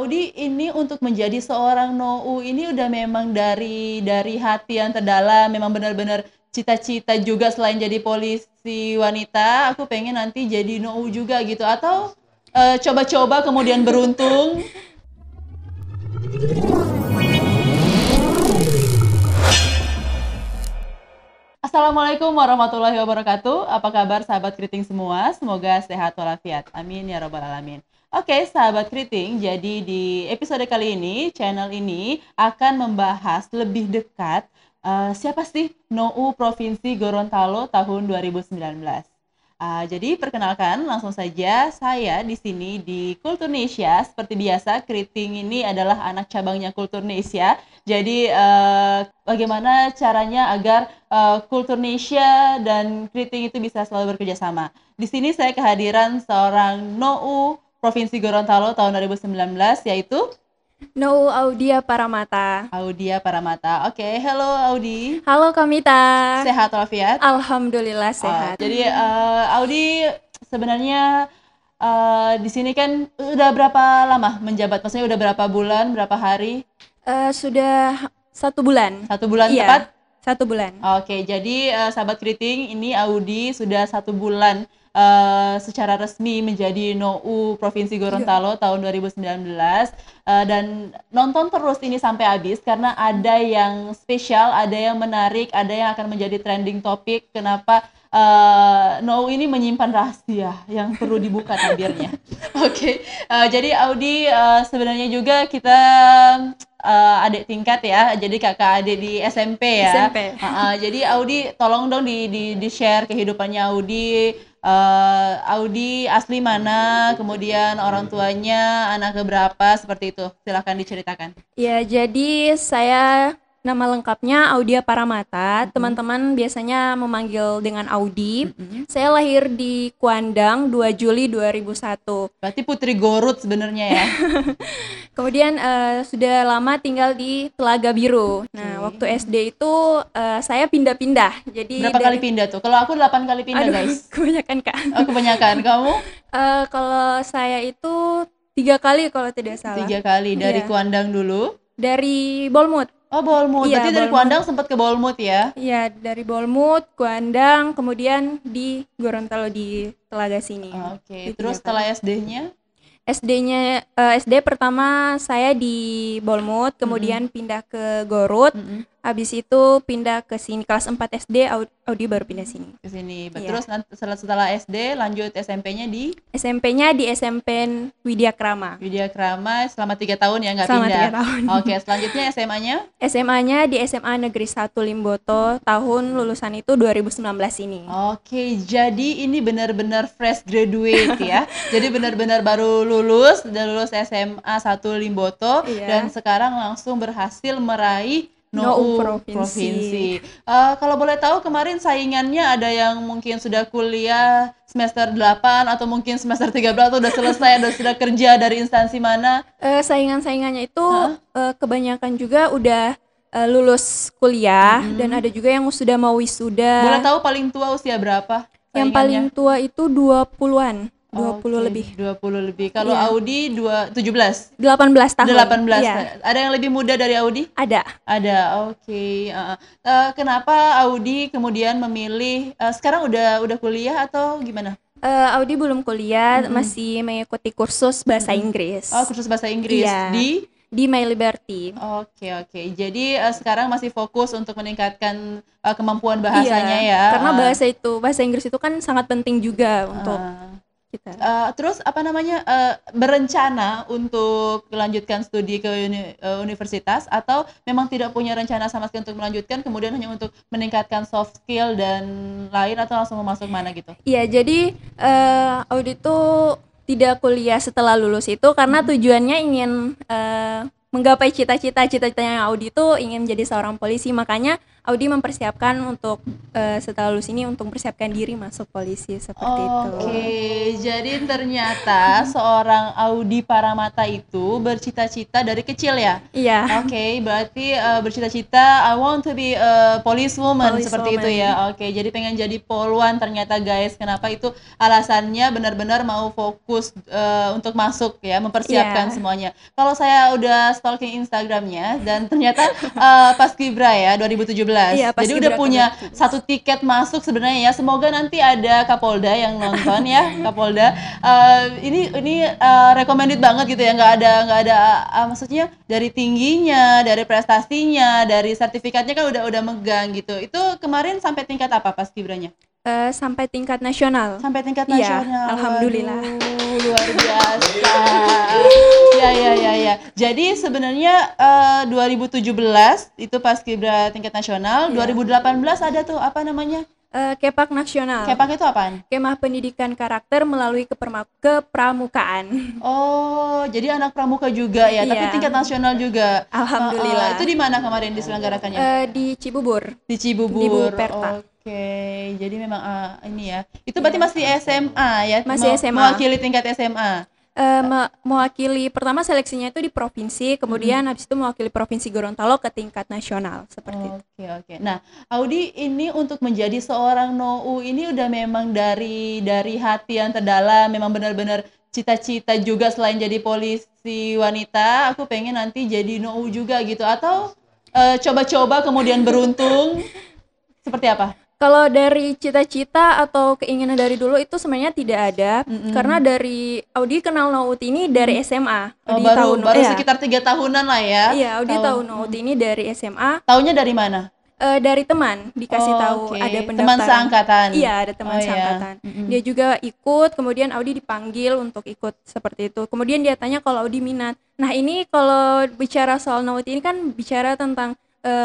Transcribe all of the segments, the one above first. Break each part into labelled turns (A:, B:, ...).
A: Audi ini untuk menjadi seorang NOU ini udah memang dari hati yang terdalam, memang benar-benar cita-cita juga selain jadi polisi wanita, aku pengen nanti jadi NOU juga gitu atau coba-coba kemudian beruntung. Assalamualaikum warahmatullahi wabarakatuh. Apa kabar sahabat Kriting semua? Semoga sehat walafiat. Amin ya robbal alamin. Oke, sahabat Kriting, jadi di episode kali ini, channel ini akan membahas lebih dekat siapa sih NOU Provinsi Gorontalo tahun 2019. Jadi perkenalkan langsung saja saya di sini di Kulturnesia. Seperti biasa, Kriting ini adalah anak cabangnya Kulturnesia. Jadi bagaimana caranya agar Kulturnesia dan Kriting itu bisa selalu bekerja sama. Di sini saya kehadiran seorang NOU Provinsi Gorontalo tahun 2019 yaitu
B: NOU Audia Paramata.
A: Audia Paramata. Oke, hello Audi.
B: Halo Kamita.
A: Sehat walafiat?
B: Alhamdulillah sehat.
A: Jadi Audi sebenarnya di sini kan udah berapa lama menjabat? Maksudnya udah berapa bulan, berapa hari?
B: Sudah 1 bulan.
A: 1 bulan
B: Iya,
A: tepat?
B: 1 bulan.
A: Oke, jadi sahabat Kriting, ini Audi sudah 1 bulan secara resmi menjadi NOU Provinsi Gorontalo tahun 2019 dan nonton terus ini sampai habis karena ada yang spesial, ada yang menarik, ada yang akan menjadi trending topik. Kenapa NOU ini menyimpan rahasia yang perlu dibuka tabirnya. Oke, jadi Audi sebenarnya juga kita adik tingkat ya, jadi kakak adik di SMP ya.
B: SMP.
A: Jadi Audi tolong dong di share kehidupannya Audi. Audi asli mana, kemudian orang tuanya, anak keberapa, seperti itu. Silahkan diceritakan.
B: Ya, jadi saya nama lengkapnya Audia Paramata. Teman-teman biasanya memanggil dengan Audi. Saya lahir di Kuandang 2 Juli 2001.
A: Berarti Putri Gorut sebenarnya ya.
B: Kemudian sudah lama tinggal di Telaga Biru. Nah, waktu SD itu saya pindah-pindah. Jadi
A: berapa kali pindah tuh? Kalau aku 8 kali pindah, guys.
B: Kebanyakan Kak.
A: Oh, kebanyakan. Kamu?
B: Kalau saya itu 3 kali kalau tidak salah.
A: 3 kali. Dari Kuandang dulu?
B: Dari Bolmut.
A: Oh, Bolmut.
B: Iya,
A: berarti dari Kuandang sempat ke Bolmut ya?
B: Iya, dari Bolmut, Kuandang, kemudian di Gorontalo di Telaga sini.
A: Oke. Terus setelah SD-nya?
B: SD pertama saya di Bolmut, kemudian pindah ke Gorut. Habis itu pindah ke sini kelas 4 SD, Audi baru pindah sini.
A: Ke sini.
B: Iya.
A: Terus setelah SD lanjut SMP-nya di?
B: SMP-nya di SMP Widya Krama.
A: Widya Krama selama 3 tahun ya, nggak
B: Selama
A: pindah?
B: 3 tahun.
A: Oke, selanjutnya SMA-nya?
B: SMA-nya di SMA Negeri 1 Limboto, tahun lulusan itu 2019 ini.
A: Oke, jadi ini benar-benar fresh graduate ya. Jadi benar-benar baru lulus SMA 1 Limboto.
B: Iya.
A: Dan sekarang langsung berhasil meraih NOU Provinsi. Kalau boleh tahu kemarin saingannya ada yang mungkin sudah kuliah semester 8 atau mungkin semester 13 atau udah selesai atau sudah kerja dari instansi mana?
B: Saingan-saingannya itu kebanyakan juga udah lulus kuliah dan ada juga yang sudah mau wisuda.
A: Boleh tahu paling tua usia berapa?
B: Yang paling tua itu 20-an. 20 lebih.
A: 20 lebih. Kalau
B: Iya.
A: Audi 17.
B: 18 tahun.
A: 18.
B: Iya.
A: Ada yang lebih muda dari Audi?
B: Ada.
A: Oke. Kenapa Audi kemudian memilih sekarang udah kuliah atau gimana?
B: Audi belum kuliah, masih mengikuti kursus bahasa Inggris.
A: Oh, kursus bahasa Inggris.
B: Iya.
A: Di
B: My Liberty.
A: Oke. Jadi sekarang masih fokus untuk meningkatkan kemampuan bahasanya ya.
B: Karena bahasa Inggris itu kan sangat penting juga untuk kita.
A: Terus berencana untuk melanjutkan studi ke universitas atau memang tidak punya rencana sama sekali untuk melanjutkan, kemudian hanya untuk meningkatkan soft skill dan lain atau langsung mau masuk mana gitu?
B: Iya, jadi Audi itu tidak kuliah setelah lulus itu karena tujuannya ingin menggapai cita-citanya Audi itu ingin menjadi seorang polisi. Makanya Audi mempersiapkan untuk setelah lulus ini untuk mempersiapkan diri masuk polisi seperti itu.
A: Oke, jadi ternyata seorang Audi Paramata itu bercita-cita dari kecil ya?
B: Iya.
A: Oke, berarti bercita-cita I want to be a policewoman seperti itu ya. Oke, jadi pengen jadi polwan ternyata guys. Kenapa itu alasannya benar-benar mau fokus untuk masuk ya, mempersiapkan semuanya. Kalau saya udah stalking Instagramnya dan ternyata Paskibra ya 2017.
B: Iya,
A: jadi udah punya satu tiket masuk sebenarnya ya. Semoga nanti ada Kapolda yang nonton ya, Kapolda. Ini recommended banget gitu ya. Nggak ada maksudnya dari tingginya, dari prestasinya, dari sertifikatnya kan udah megang gitu. Itu kemarin sampai tingkat apa Paskibranya?
B: Sampai tingkat nasional.
A: Sampai tingkat nasional.
B: Ya, alhamdulillah.
A: Waduh, luar biasa. Ya. Jadi sebenarnya 2017 itu Paskibra tingkat nasional. 2018 ada tuh apa namanya?
B: Kepak nasional.
A: Kepak itu apaan?
B: Kemah Pendidikan Karakter melalui kepramukaan.
A: Oh, jadi anak pramuka juga ya, tapi tingkat nasional juga.
B: Alhamdulillah.
A: Itu di mana kemarin diselenggarakannya?
B: Di Cibubur.
A: Di Cibubur.
B: Di Buperta.
A: Oke, jadi memang ini ya. Itu berarti masih SMA ya?
B: Masih SMA.
A: Mewakili tingkat SMA.
B: Mewakili pertama seleksinya itu di provinsi, kemudian habis itu mewakili provinsi Gorontalo ke tingkat nasional seperti itu.
A: Oke. Nah, Audi ini untuk menjadi seorang NOU ini udah memang dari hati yang terdalam, memang benar-benar cita-cita juga selain jadi polisi wanita, aku pengen nanti jadi NOU juga gitu, atau coba-coba kemudian beruntung seperti apa?
B: Kalau dari cita-cita atau keinginan dari dulu itu sebenarnya tidak ada, karena dari Audi kenal NOUT ini dari SMA.
A: Baru sekitar 3 tahunan lah ya.
B: Iya, Audi tahu NOUT ini dari SMA.
A: Taunya dari mana?
B: Dari teman, dikasih tahu ada pendaftaran.
A: Teman seangkatan.
B: Iya, ada teman seangkatan. Dia juga ikut, kemudian Audi dipanggil untuk ikut seperti itu. Kemudian dia tanya kalau Audi minat. Nah, ini kalau bicara soal NOUT ini kan bicara tentang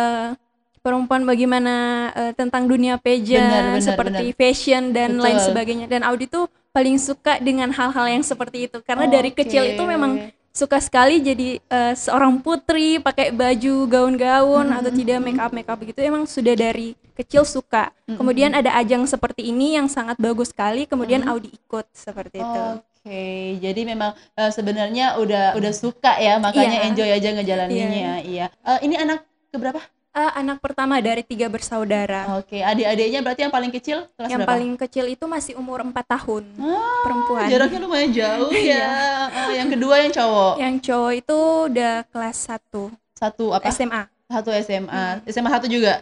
B: perempuan bagaimana tentang dunia pageant seperti fashion dan lain sebagainya, dan Audi tuh paling suka dengan hal-hal yang seperti itu karena dari kecil itu memang suka sekali jadi seorang putri pakai baju gaun-gaun atau tidak make up begitu, emang sudah dari kecil suka. Kemudian ada ajang seperti ini yang sangat bagus sekali, kemudian Audi ikut seperti itu.
A: Oke, jadi memang sebenarnya udah suka ya, makanya enjoy aja ngejalaninnya. Iya. Ini anak keberapa?
B: Anak pertama dari 3 bersaudara.
A: Oke, adik-adiknya berarti yang paling kecil kelas
B: yang
A: berapa?
B: Paling kecil itu masih umur 4 tahun, perempuan.
A: Jaraknya lumayan jauh ya. Yang kedua yang cowok?
B: Yang cowok itu udah kelas 1.
A: Satu apa?
B: SMA.
A: Satu SMA. SMA 1 juga?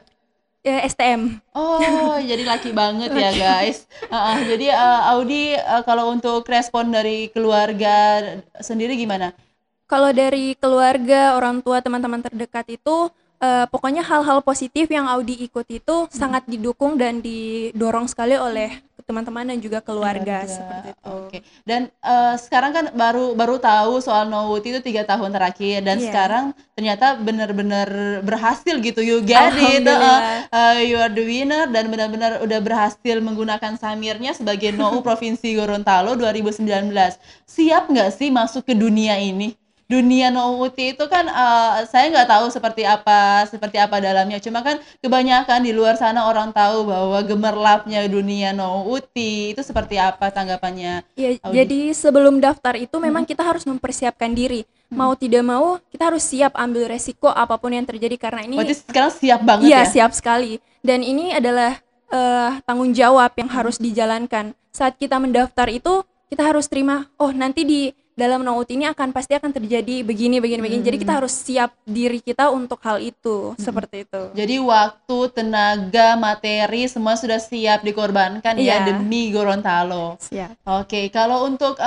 B: STM.
A: Oh, jadi laki banget ya guys. Jadi Audi kalau untuk respon dari keluarga sendiri gimana?
B: Kalau dari keluarga, orang tua, teman-teman terdekat itu pokoknya hal-hal positif yang Audi ikut itu sangat didukung dan didorong sekali oleh teman-teman dan juga keluarga seperti itu.
A: Oke. Dan sekarang kan baru tahu soal NOUT itu 3 tahun terakhir dan sekarang ternyata benar-benar berhasil gitu. You get it. You are the winner dan benar-benar udah berhasil menggunakan samirnya sebagai NOU Provinsi Gorontalo 2019. Siap nggak sih masuk ke dunia ini? Dunia NOUT itu kan saya nggak tahu seperti apa dalamnya, cuma kan kebanyakan di luar sana orang tahu bahwa gemerlapnya dunia NOUT itu seperti apa tanggapannya.
B: Ya, jadi sebelum daftar itu memang kita harus mempersiapkan diri. Mau tidak mau kita harus siap ambil resiko apapun yang terjadi karena ini.
A: Berarti sekarang siap banget ya?
B: Iya, siap sekali. Dan ini adalah tanggung jawab yang harus dijalankan. Saat kita mendaftar itu kita harus terima, oh nanti di dalam NOUT ini pasti akan terjadi begini. Jadi kita harus siap diri kita untuk hal itu, seperti itu.
A: Jadi waktu, tenaga, materi semua sudah siap dikorbankan ya demi Gorontalo.
B: Siap.
A: Oke, kalau untuk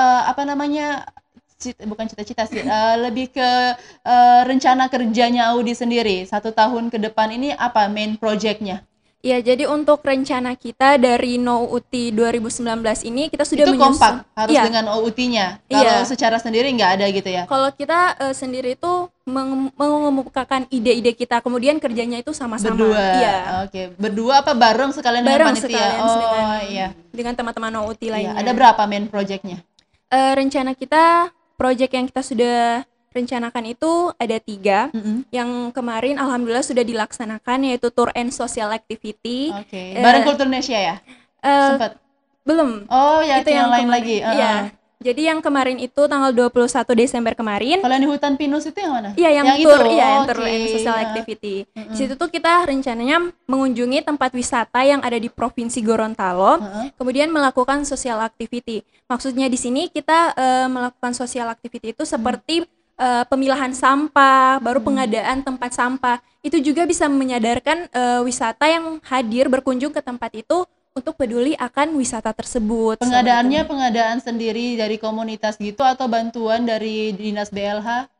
A: bukan cita-cita sih, lebih ke rencana kerjanya Audi sendiri 1 tahun ke depan ini apa main project-nya?
B: Ya, jadi untuk rencana kita dari NOUT 2019 ini kita sudah
A: itu kompak harus dengan OUT-nya. Kalau secara sendiri nggak ada gitu ya?
B: Kalau kita sendiri itu mengemukakan ide-ide kita, kemudian kerjanya itu sama-sama.
A: Berdua. Iya. Oke. Berdua apa bareng sekalian dengan panitia?
B: Dengan teman-teman NOUT lainnya.
A: Ada berapa main project-nya?
B: Rencana kita, project yang kita sudah rencanakan itu ada 3.
A: Mm-mm.
B: Yang kemarin alhamdulillah sudah dilaksanakan, yaitu Tour and Social Activity.
A: Oke. Bareng Kultur Indonesia ya?
B: Eh,
A: Sempat.
B: Belum.
A: Oh ya,
B: Itu
A: yang lain
B: kemarin.
A: lagi.
B: Iya. Jadi yang kemarin itu tanggal 21 Desember kemarin.
A: Kalau yang di hutan pinus itu yang mana?
B: Iya, yang
A: itu.
B: tour, iya, yang
A: Oke,
B: tour and social
A: ya.
B: activity. Di situ tuh kita rencananya mengunjungi tempat wisata yang ada di Provinsi Gorontalo, kemudian melakukan social activity. Maksudnya di sini kita melakukan social activity itu seperti pemilahan sampah, baru pengadaan tempat sampah. Itu juga bisa menyadarkan wisata yang hadir berkunjung ke tempat itu untuk peduli akan wisata tersebut.
A: Pengadaannya pengadaan sendiri dari komunitas gitu atau bantuan dari dinas BLH?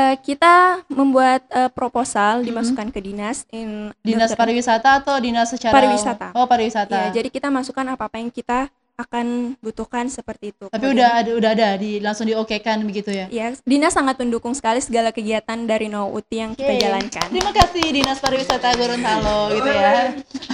B: Kita membuat proposal dimasukkan ke dinas
A: Dinas pariwisata atau dinas secara
B: pariwisata.
A: Oh, pariwisata.
B: Ya, jadi kita masukkan apa-apa yang kita akan butuhkan seperti itu.
A: Tapi udah ada langsung diokekan begitu ya?
B: Ya, dinas sangat mendukung sekali segala kegiatan dari NOUT yang kita jalankan.
A: Terima kasih Dinas Pariwisata Gorontalo gitu ya.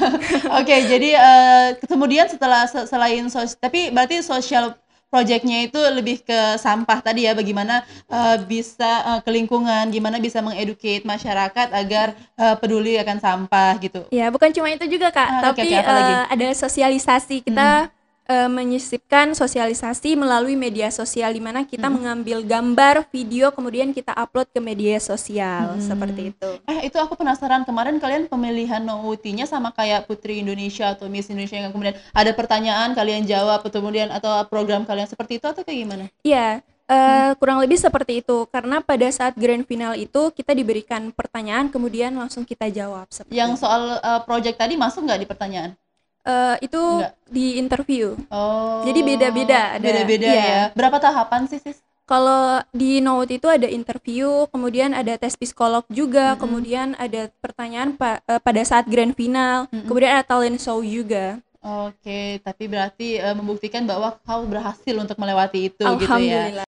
A: Oke, jadi kemudian selain tapi berarti social project-nya itu lebih ke sampah tadi ya, bagaimana bisa ke lingkungan, gimana bisa mengeducate masyarakat agar peduli akan sampah gitu.
B: Ya, bukan cuma itu juga Kak, tapi
A: apa lagi?
B: ada sosialisasi. Kita menyisipkan sosialisasi melalui media sosial, di mana kita mengambil gambar, video, kemudian kita upload ke media sosial, seperti itu.
A: Itu aku penasaran, kemarin kalian pemilihan NOUT-nya sama kayak Putri Indonesia atau Miss Indonesia yang kemudian ada pertanyaan kalian jawab kemudian atau program kalian seperti itu atau kayak gimana?
B: Iya, kurang lebih seperti itu, karena pada saat grand final itu kita diberikan pertanyaan kemudian langsung kita jawab.
A: Yang soal project tadi masuk nggak di pertanyaan?
B: Itu
A: enggak.
B: Di interview.
A: Oh.
B: Jadi beda-beda.
A: Beda-beda ya. Berapa tahapan sih, Sis?
B: Kalau di NOUT itu ada interview, kemudian ada tes psikolog juga, kemudian ada pertanyaan pada saat grand final, kemudian ada talent show juga.
A: Oke, tapi berarti membuktikan bahwa kau berhasil untuk melewati itu gitu ya.
B: Alhamdulillah.